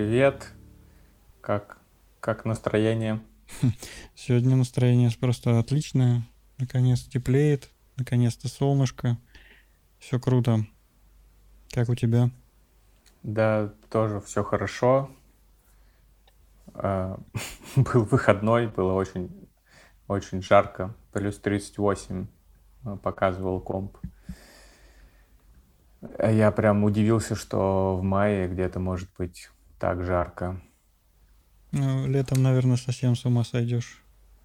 привет. Как, как настроение? Сегодня настроение просто отличное. Наконец теплеет, наконец-то солнышко. Все круто. Как у тебя? Да, тоже все хорошо. А, Был выходной, было очень жарко. Плюс 38 показывал комп. Я прям удивился, что в мае где-то может быть так жарко. Ну, летом, наверное, совсем с ума сойдешь.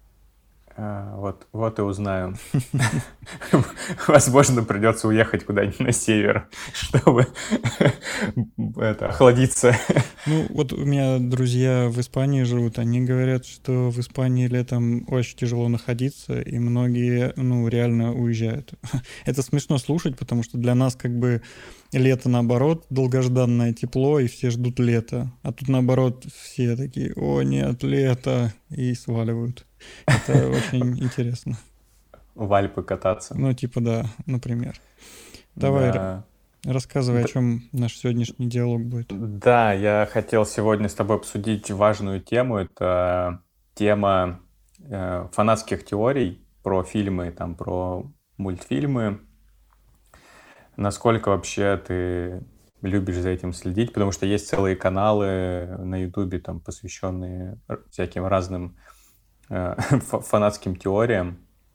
Вот и узнаю. Возможно, придется уехать куда-нибудь на север, чтобы охладиться. Ну, вот у меня друзья в Испании живут, они говорят, что в Испании летом очень тяжело находиться, и многие, ну, реально уезжают. Это смешно слушать, потому что для нас как бы лето наоборот, долгожданное тепло, и все ждут лета. А тут наоборот, все такие, о нет, лето, и сваливают. Это очень интересно. В Альпы кататься. Ну, типа, да, например. Давай, Да. рассказывай, о Д- чем наш сегодняшний диалог будет. Да, я хотел сегодня с тобой обсудить важную тему. Это тема фанатских теорий про фильмы, там, про мультфильмы. Насколько вообще ты любишь за этим следить? Потому что есть целые каналы на Ютубе, там, посвященные всяким разным фанатским теориям.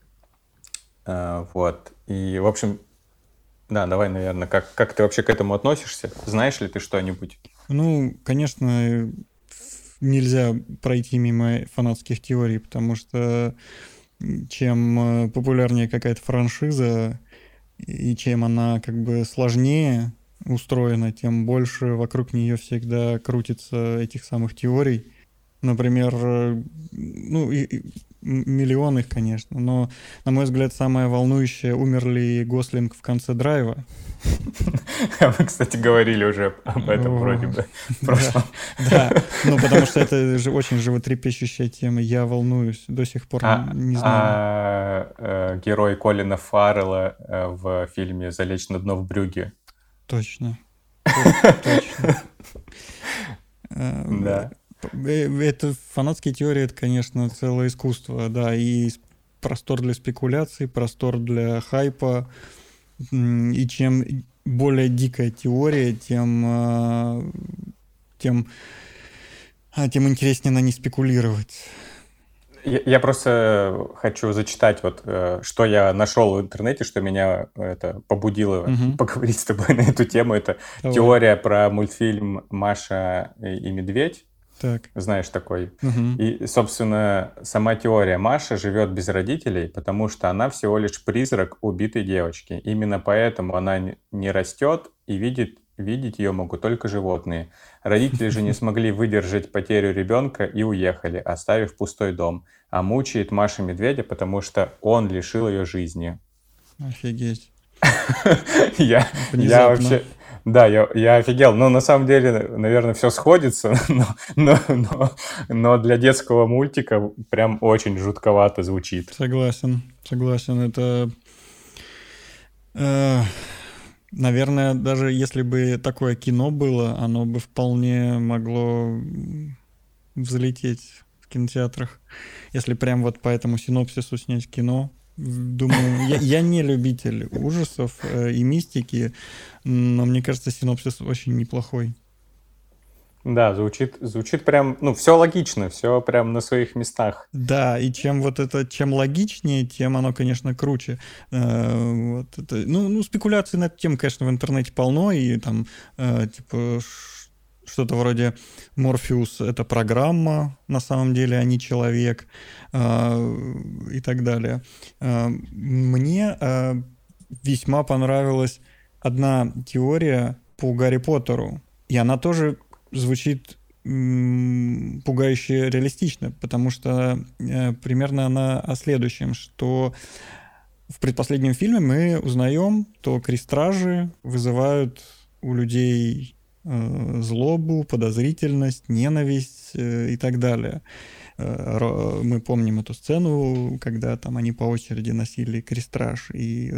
Вот. И, в общем, да, давай, наверное, как ты вообще к этому относишься? Знаешь ли ты что-нибудь? Ну, конечно, нельзя пройти мимо фанатских теорий, потому что чем популярнее какая-то франшиза и чем она как бы сложнее устроена, тем больше вокруг нее всегда крутится этих самых теорий. Например, ну, миллион их, конечно, но, на мой взгляд, самое волнующее, умер ли Гослинг в конце драйва. Мы, кстати, говорили уже об этом вроде Вот. бы в Да, прошлом. да. Ну, потому что это же очень животрепещущая тема. Я волнуюсь, до сих пор не знаю. Герой Колина Фаррелла в фильме «Залечь на дно в Брюгге». Точно. Точно. Э, Да. Это фанатские теории, это, конечно, целое искусство, да, и простор для спекуляций, простор для хайпа. И чем более дикая теория, тем интереснее на ней спекулировать. Я просто хочу зачитать, вот, что я нашел в интернете, что меня это побудило Мгм. поговорить с тобой на эту тему. Это Давай. теория про мультфильм «Маша и медведь». Так. Знаешь такой. Мгм. И, собственно, сама теория: Маша живет без родителей, потому что она всего лишь призрак убитой девочки. Именно поэтому она не растет, и видеть ее могут только животные. Родители же не смогли выдержать потерю ребенка и уехали, оставив пустой дом. А мучает Маша медведя, потому что он лишил ее жизни. Офигеть. Я, я Внезапно. вообще, да, я офигел. Ну, на самом деле, наверное, все сходится, но для детского мультика прям очень жутковато звучит. Согласен. Согласен. Это, э, наверное, даже если бы такое кино было, оно бы вполне могло взлететь в кинотеатрах. Если прям вот по этому синопсису снять кино. Думаю, я не любитель ужасов и мистики, но мне кажется, синопсис очень неплохой. Да, звучит прям, ну, все логично, все прям на своих местах. Да, и чем вот это, чем логичнее, тем оно, конечно, круче. Вот это, ну, спекуляций на эту тему, конечно, в интернете полно, и там, типа, что-то вроде Морфеус — это программа, на самом деле, а не человек, и так далее. Мне весьма понравилась одна теория по Гарри Поттеру, и она тоже звучит пугающе реалистично, потому что примерно она о следующем, что в предпоследнем фильме мы узнаем, то крестражи вызывают у людей злобу, подозрительность, ненависть и так далее. Мы помним эту сцену, когда там они по очереди носили крестраж,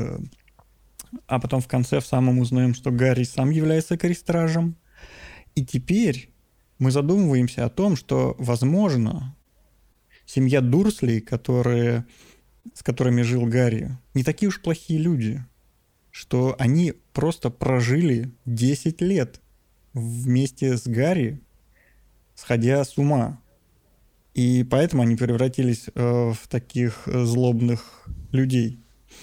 а потом в конце в самом узнаем, что Гарри сам является крестражем. И теперь мы задумываемся о том, что, возможно, семья Дурслей, с которыми жил Гарри, не такие уж плохие люди, что они просто прожили 10 лет вместе с Гарри, сходя с ума. И поэтому они превратились в таких злобных людей.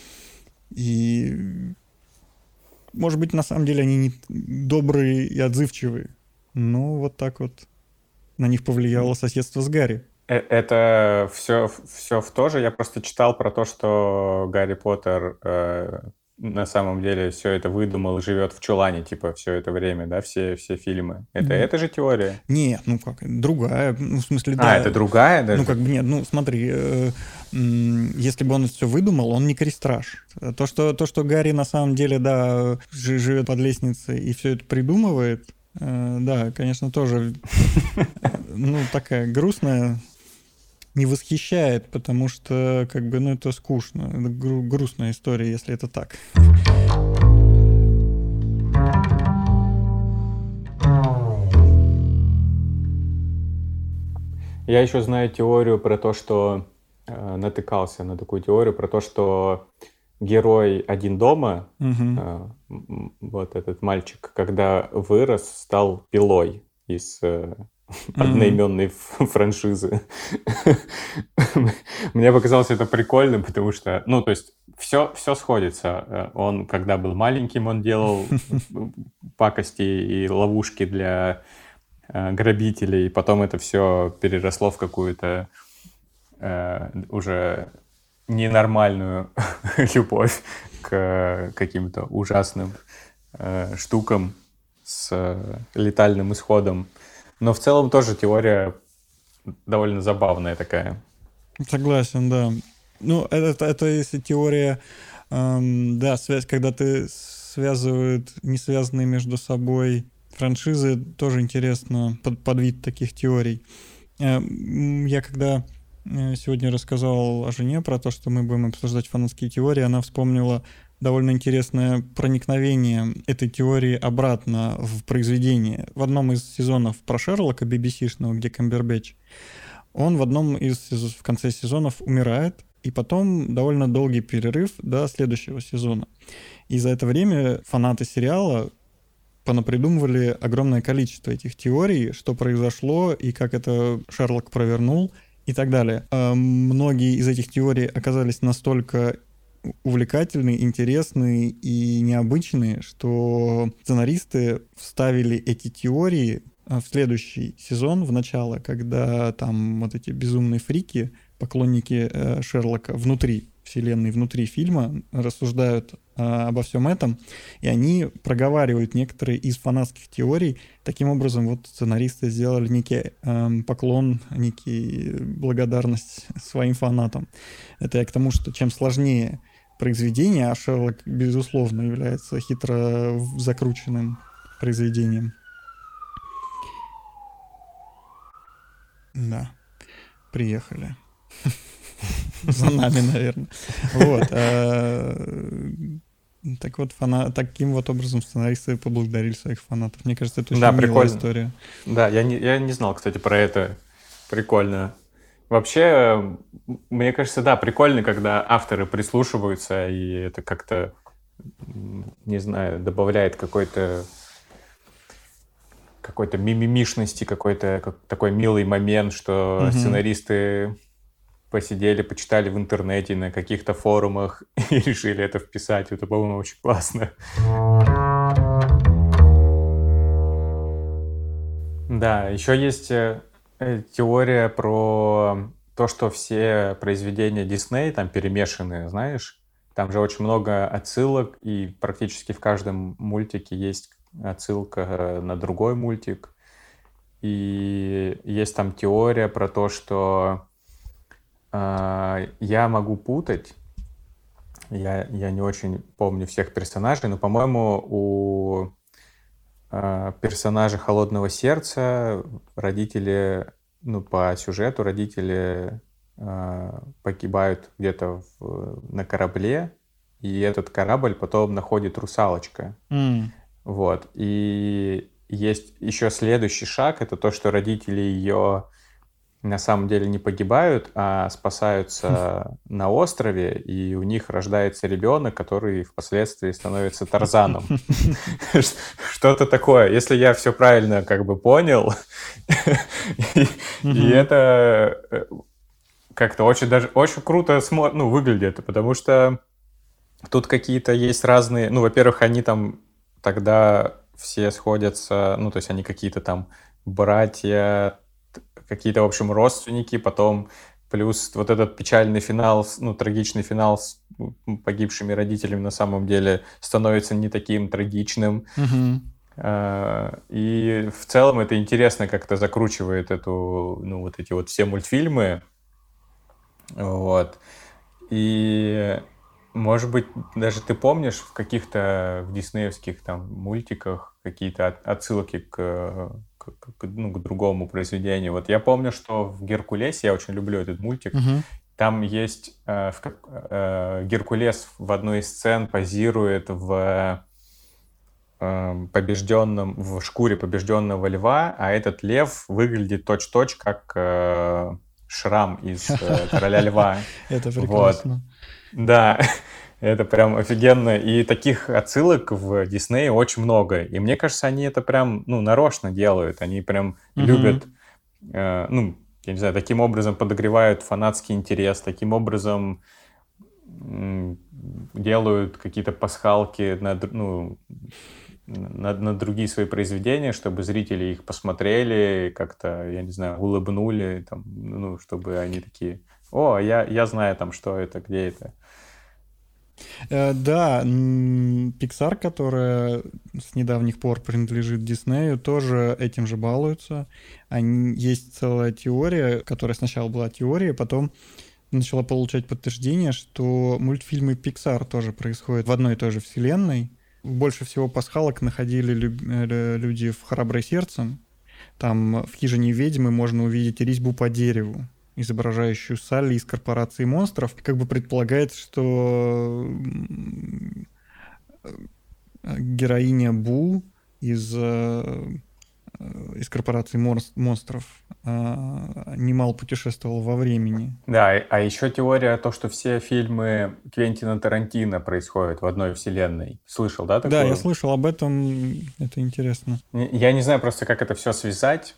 И, может быть, на самом деле они не добрые и отзывчивые. Но вот так вот на них повлияло соседство с Гарри. Это все в то же. Я просто читал про то, что Гарри Поттер на самом деле все это выдумал и живет в чулане, типа, все это время, да, все фильмы. Это же теория? Нет, ну как, другая, ну, в смысле, да. Это другая даже? Ну как бы нет, ну смотри, если бы он это все выдумал, он не крестраж. То, что Гарри на самом деле, да, живет под лестницей и все это придумывает, да, конечно, тоже, ну, такая грустная, не восхищает, потому что, как бы, ну, это скучно. Это грустная история, если это так. Я еще знаю теорию про то, что... натыкался на такую теорию про то, что герой «Один дома», вот этот мальчик, когда вырос, стал пилой из... одноименной франшизы. Мне показалось это прикольным, потому что, ну, то есть, все сходится. Он, когда был маленьким, он делал пакости и ловушки для грабителей, потом это все переросло в какую-то уже ненормальную любовь к каким-то ужасным штукам с летальным исходом. Но в целом тоже теория довольно забавная такая. Согласен, да. Ну, это если теория, да, связь, когда ты связывают не связанные между собой франшизы, тоже интересно, подвид таких теорий. Я когда сегодня рассказал о жене про то, что мы будем обсуждать фанатские теории, она вспомнила довольно интересное проникновение этой теории обратно в произведение. В одном из сезонов про Шерлока BBC-шного, где Камбербэтч, он в конце сезонов умирает, и потом довольно долгий перерыв до следующего сезона. И за это время фанаты сериала понапридумывали огромное количество этих теорий, что произошло и как это Шерлок провернул и так далее. Многие из этих теорий оказались настолько увлекательные, интересные и необычные, что сценаристы вставили эти теории в следующий сезон, в начало, когда там вот эти безумные фрики, поклонники Шерлока внутри вселенной, внутри фильма рассуждают обо всем этом, и они проговаривают некоторые из фанатских теорий. Таким образом, вот сценаристы сделали некий поклон, некий благодарность своим фанатам. Это я к тому, что чем сложнее произведение, а Шерлок, безусловно, является хитро закрученным произведением. Да, приехали. За нами, наверное. Вот. Так вот, таким вот образом сценаристы поблагодарили своих фанатов. Мне кажется, это очень милая история. Да, я не знал, кстати, про это. Прикольно. Вообще, мне кажется, да, прикольно, когда авторы прислушиваются, и это как-то, не знаю, добавляет какой-то мимимишности, какой-то такой милый момент, что сценаристы посидели, почитали в интернете, на каких-то форумах и решили это вписать. Это, по-моему, очень классно. Да, еще есть теория про то, что все произведения Дисней там перемешаны, знаешь? Там же очень много отсылок, и практически в каждом мультике есть отсылка на другой мультик. И есть там теория про то, что я могу путать. Я не очень помню всех персонажей, но, по-моему, у персонажа «Холодного сердца» родители, ну, по сюжету родители погибают где-то на корабле, и этот корабль потом находит русалочка. Вот. И есть еще следующий шаг, это то, что родители ее на самом деле не погибают, а спасаются на острове, и у них рождается ребенок, который впоследствии становится Тарзаном. Что-то такое, если я все правильно как бы понял. И это как-то очень круто выглядит, потому что тут какие-то есть разные... Ну, во-первых, они там тогда все сходятся, ну, то есть они какие-то там братья, какие-то, в общем, родственники, потом плюс вот этот печальный финал, ну, трагичный финал с погибшими родителями на самом деле становится не таким трагичным. И в целом это интересно как-то закручивает вот эти вот все мультфильмы. Вот. И, может быть, даже ты помнишь в каких-то диснеевских там мультиках какие-то отсылки к другому произведению. Вот я помню, что в «Геркулесе», я очень люблю этот мультик, там есть Геркулес в одной из сцен позирует в шкуре побежденного льва, а этот лев выглядит точь-в-точь как Шрам из «Короля льва». Это прекрасно. Да, это прям офигенно. И таких отсылок в Диснее очень много. И мне кажется, они это прям, нарочно делают. Они прям любят, я не знаю, таким образом подогревают фанатский интерес, таким образом делают какие-то пасхалки на другие свои произведения, чтобы зрители их посмотрели, как-то, я не знаю, улыбнули, там, чтобы они такие: «О, я знаю, там, что это, где это». Да, Pixar, которая с недавних пор принадлежит Диснею, тоже этим же балуются. Есть целая теория, которая сначала была теорией, потом начала получать подтверждение, что мультфильмы Pixar тоже происходят в одной и той же вселенной. Больше всего пасхалок находили люди в «Храброе сердце». Там в «Хижине ведьмы» можно увидеть резьбу по дереву, изображающую Салли из «Корпорации монстров». Как бы предполагается, что героиня Бу из «Корпорации монстров» немало путешествовала во времени. Да, а еще теория то, что все фильмы Квентина Тарантино происходят в одной вселенной. Слышал, да, такое? Да, я слышал об этом, это интересно. Я не знаю просто, как это все связать.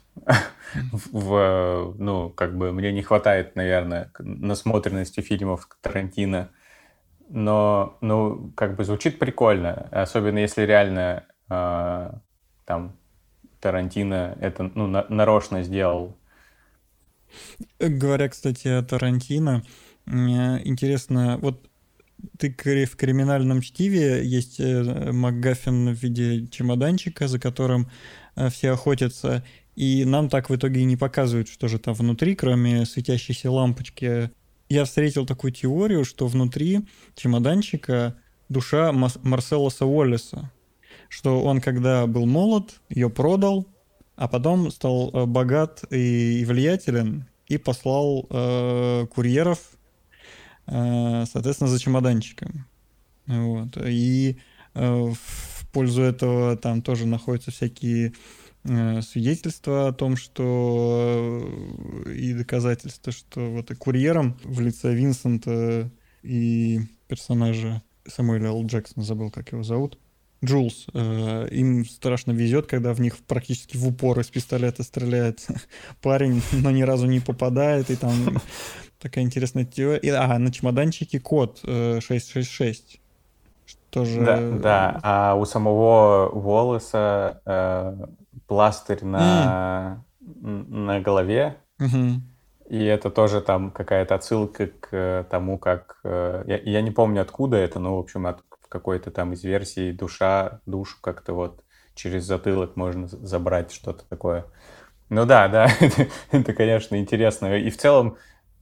Мне не хватает, наверное, насмотренности фильмов Тарантино. Но, звучит прикольно. Особенно если реально там Тарантино это, нарочно сделал. Говоря, кстати, о Тарантино, интересно, вот ты в «Криминальном чтиве» есть МакГаффин в виде чемоданчика, за которым все охотятся, и нам так в итоге и не показывают, что же там внутри, кроме светящейся лампочки. Я встретил такую теорию, что внутри чемоданчика душа Марселоса Уоллеса, что он, когда был молод, ее продал, а потом стал богат и влиятелен, и послал курьеров, соответственно, за чемоданчиком. Вот. И в пользу этого там тоже находятся всякие свидетельства о том, что и доказательства, что вот и курьером в лице Винсента и персонажа Самуэля Л. Джексона, забыл, как его зовут, Джулс, им страшно везет, когда в них практически в упор из пистолета стреляет парень, но ни разу не попадает, и там такая интересная теория. На чемоданчике код 666. Тоже... Да, а у самого Уоллеса пластырь на голове, и это тоже там какая-то отсылка к тому, как... Я не помню, откуда это, но, в общем, от какой-то там из версий душу как-то вот через затылок можно забрать, что-то такое. Ну да, это, конечно, интересно. И в целом,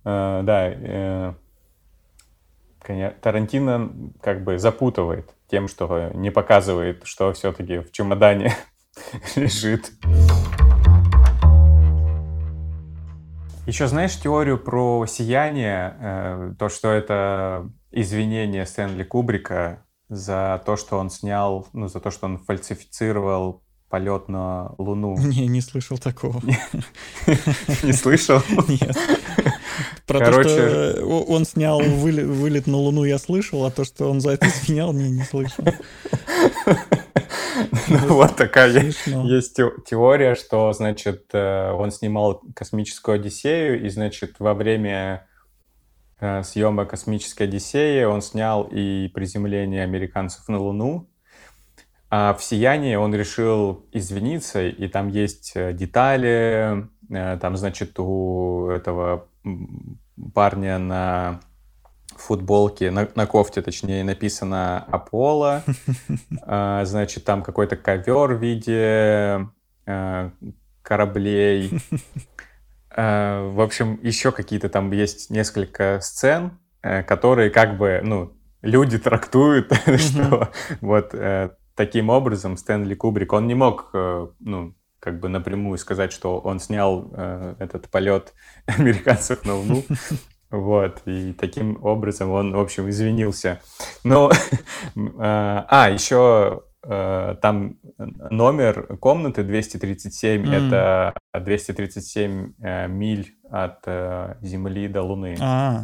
Тарантино как бы запутывает тем, что не показывает, что все-таки в чемодане лежит. Еще знаешь теорию про «Сияние», то, что это извинение Стэнли Кубрика за то, что он снял, за то, что он фальсифицировал полет на Луну. Не слышал такого. Не слышал? Нет. Про то, что он снял вылет на Луну, я слышал, а то, что он за это снял, не слышал. Вот такая есть теория, что, значит, он снимал «Космическую Одиссею», и, значит, во время съемок «Космической Одиссеи» он снял и приземление американцев на Луну. А в «Сиянии» он решил извиниться, и там есть детали, там, значит, у этого парня на футболке, на кофте, точнее, написано «Аполло», значит, там какой-то ковер в виде кораблей. В общем, еще какие-то там есть несколько сцен, которые как бы, ну, люди трактуют, что вот таким образом Стэнли Кубрик, он не мог, ну, как бы напрямую сказать, что он снял этот полет американцев на Луну. Вот, и таким образом он, в общем, извинился. Но, еще там номер комнаты 237, это 237 миль от Земли до Луны.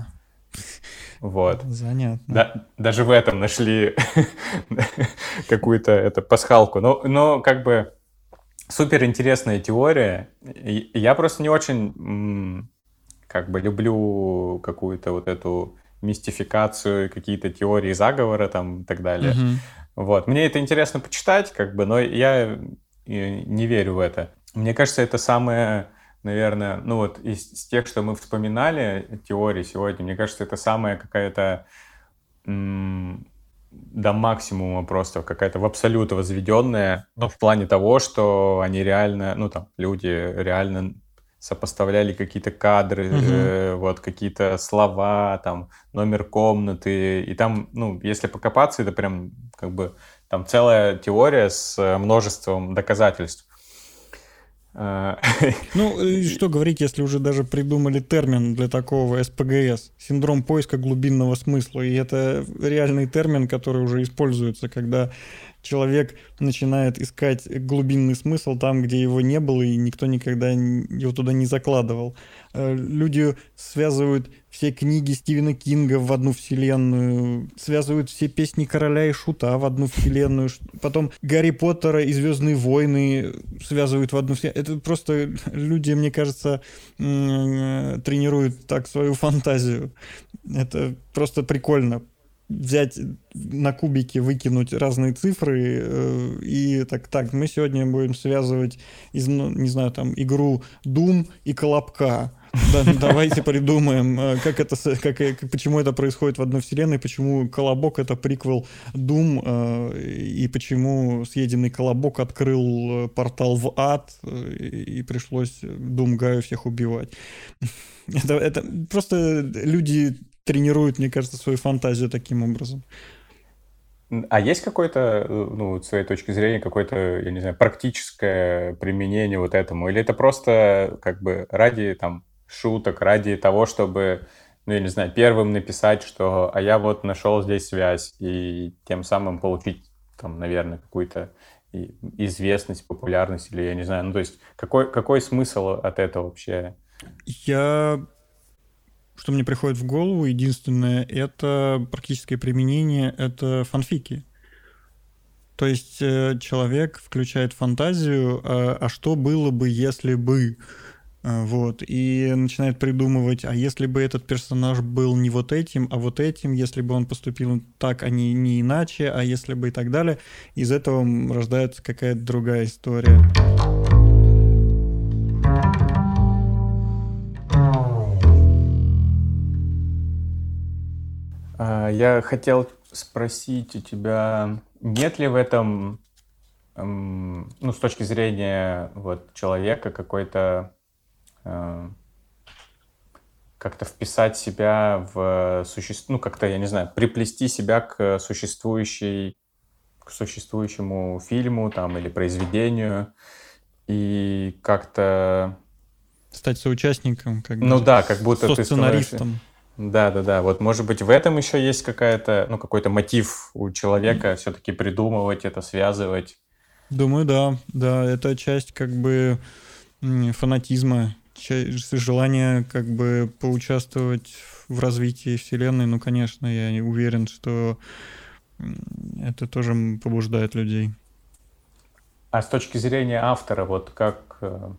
Вот. Занятно. Даже в этом нашли какую-то пасхалку. Но как бы супер интересная теория. Я просто не очень как бы люблю какую-то вот эту мистификацию, какие-то теории заговора там и так далее. Вот. Мне это интересно почитать, как бы, но я не верю в это. Мне кажется, это самое, наверное, ну вот из тех, что мы вспоминали, теории сегодня, мне кажется, это самая какая-то до максимума просто какая-то в абсолют возведенная, ну, в плане того, что они реально, ну, там, люди реально сопоставляли какие-то кадры, вот, какие-то слова, там, номер комнаты, и там, ну, если покопаться, это прям, как бы, там целая теория с множеством доказательств. Ну, что говорить, если уже даже придумали термин для такого СПГС, синдром поиска глубинного смысла, и это реальный термин, который уже используется, когда человек начинает искать глубинный смысл там, где его не было, и никто никогда его туда не закладывал. Люди связывают все книги Стивена Кинга в одну вселенную, связывают все песни Короля и Шута в одну вселенную, потом Гарри Поттера и Звездные войны связывают в одну вселенную. Это просто люди, мне кажется, тренируют так свою фантазию. Это просто прикольно. Взять на кубики, выкинуть разные цифры и так, мы сегодня будем связывать, не знаю, там, игру Doom и Колобка. Давайте придумаем, почему это происходит в одной вселенной, почему Колобок — это приквел Doom, и почему съеденный Колобок открыл портал в ад, и пришлось Думгаю всех убивать. Это просто люди тренируют, мне кажется, свою фантазию таким образом. А есть какое-то, ну, с своей точки зрения, какое-то, я не знаю, практическое применение вот этому? Или это просто как бы ради там шуток, ради того, чтобы, ну, я не знаю, первым написать, что «а я вот нашел здесь связь», и тем самым получить там, наверное, какую-то известность, популярность, или я не знаю, ну, то есть какой смысл от этого вообще? Что мне приходит в голову, единственное, это практическое применение, это фанфики. То есть человек включает фантазию, а что было бы, если бы, вот, и начинает придумывать, а если бы этот персонаж был не вот этим, а вот этим, если бы он поступил так, а не иначе, а если бы и так далее, из этого рождается какая-то другая история. Я хотел спросить у тебя, нет ли в этом, ну, с точки зрения вот, человека какой-то, как-то вписать себя в существующее, ну, как-то, я не знаю, приплести себя к существующему фильму там, или произведению и как-то... Стать соучастником, как бы. Ну да, как будто ты сценаристом. Да. Вот, может быть, в этом еще есть какой-то мотив у человека все-таки придумывать это, связывать. Думаю, да. Да, это часть как бы фанатизма, желание как бы поучаствовать в развитии Вселенной. Ну, конечно, я не уверен, что это тоже побуждает людей. А с точки зрения автора, вот как...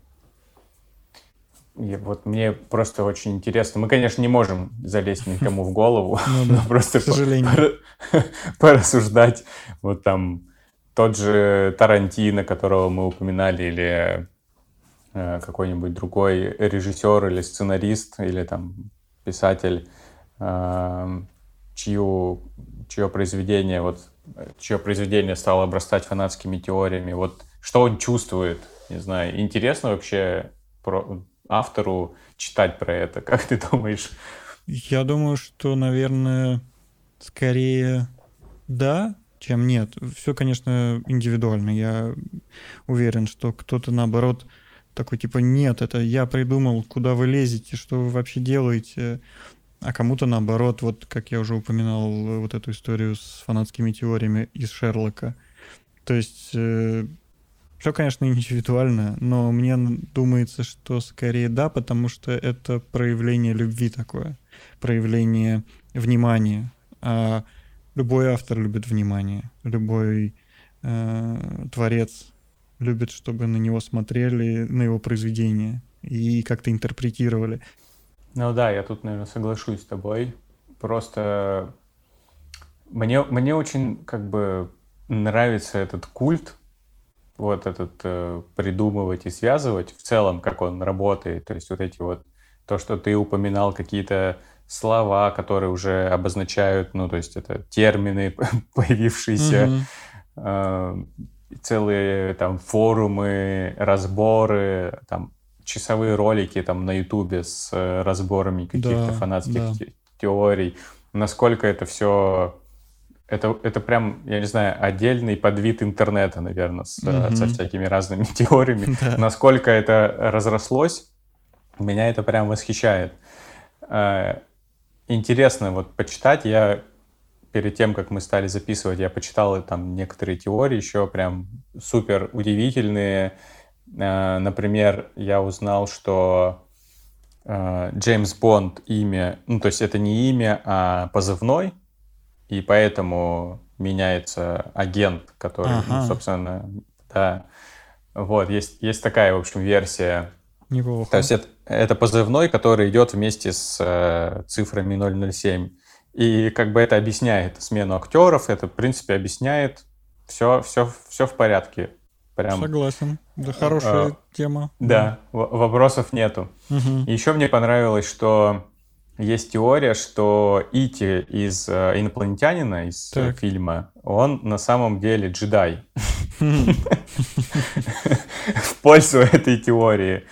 Вот мне просто очень интересно. Мы, конечно, не можем залезть никому в голову, Ну но да, просто к сожалению. порассуждать. Вот там тот же Тарантино, которого мы упоминали, или какой-нибудь другой режиссер или сценарист, или там писатель, э, чье произведение стало обрастать фанатскими теориями. Вот что он чувствует, не знаю. Интересно вообще автору читать про это. Как ты думаешь? Я думаю, что, наверное, скорее да, чем нет. Все, конечно, индивидуально. Я уверен, что кто-то, наоборот, такой типа нет, это я придумал, куда вы лезете, что вы вообще делаете. А кому-то, наоборот, вот как я уже упоминал, вот эту историю с фанатскими теориями из Шерлока. То есть все, конечно, индивидуально, но мне думается, что скорее да, потому что это проявление любви такое, проявление внимания. А любой автор любит внимание, любой творец любит, чтобы на него смотрели, на его произведение и как-то интерпретировали. Ну да, я тут, наверное, соглашусь с тобой. Просто мне очень как бы нравится этот культ, вот этот придумывать и связывать в целом, как он работает. То есть вот эти вот, то, что ты упоминал, какие-то слова, которые уже обозначают, ну, то есть это термины, появившиеся, целые там форумы, разборы, там часовые ролики там на Ютубе с разборами каких-то фанатских теорий. Насколько это все... Это прям, я не знаю, отдельный подвид интернета, наверное, со всякими разными теориями. Насколько это разрослось, меня это прям восхищает. Интересно вот почитать. Я перед тем, как мы стали записывать, я почитал там некоторые теории еще прям супер удивительные. Например, я узнал, что Джеймс Бонд имя, ну то есть это не имя, а позывной, и поэтому меняется агент, который, ну, собственно, да. Вот, есть такая, в общем, версия. Неплохо. То есть это позывной, который идет вместе с цифрами 007. И как бы это объясняет смену актеров, это, в принципе, объясняет все в порядке. Прям, согласен. Да, хорошая тема. Да, вопросов нету. И еще мне понравилось, что есть теория, что Ити из «Инопланетянина», из фильма, он на самом деле джедай. В пользу этой теории.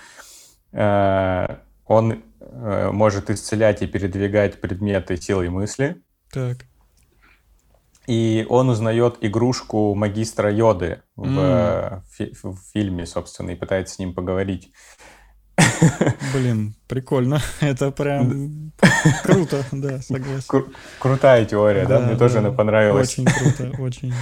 Он может исцелять и передвигать предметы силой мысли. Так. И он узнает игрушку магистра Йоды в фильме, собственно, и пытается с ним поговорить. Блин, прикольно. Это прям круто, да, согласен. Крутая теория, да? Мне тоже она понравилась. Очень круто, очень.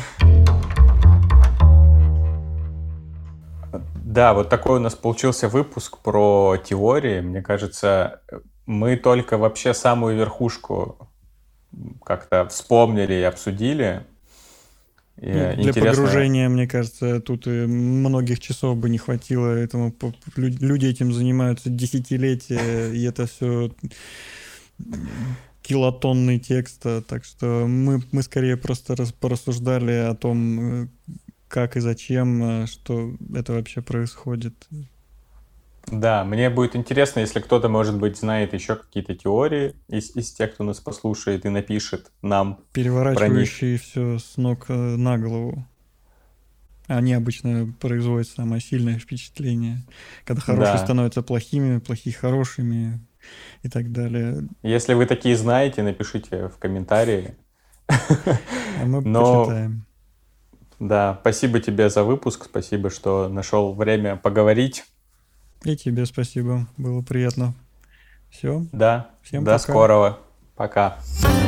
Да, вот такой у нас получился выпуск про теории. Мне кажется, мы только вообще самую верхушку как-то вспомнили и обсудили. Для погружения, мне кажется, тут и многих часов бы не хватило этому. Люди этим занимаются десятилетия, и это все килотонны текста. Так что мы скорее просто порассуждали о том, как и зачем, что это вообще происходит. Да, мне будет интересно, если кто-то, может быть, знает еще какие-то теории из тех, кто нас послушает и напишет нам переворачивающие все с ног на голову. Они обычно производят самое сильное впечатление, когда хорошие становятся плохими, плохие хорошими и так далее. Если вы такие знаете, напишите в комментарии. А мы почитаем. Да, спасибо тебе за выпуск, спасибо, что нашел время поговорить. И тебе спасибо, было приятно. Все. Да, всем до пока. Скорого. Пока.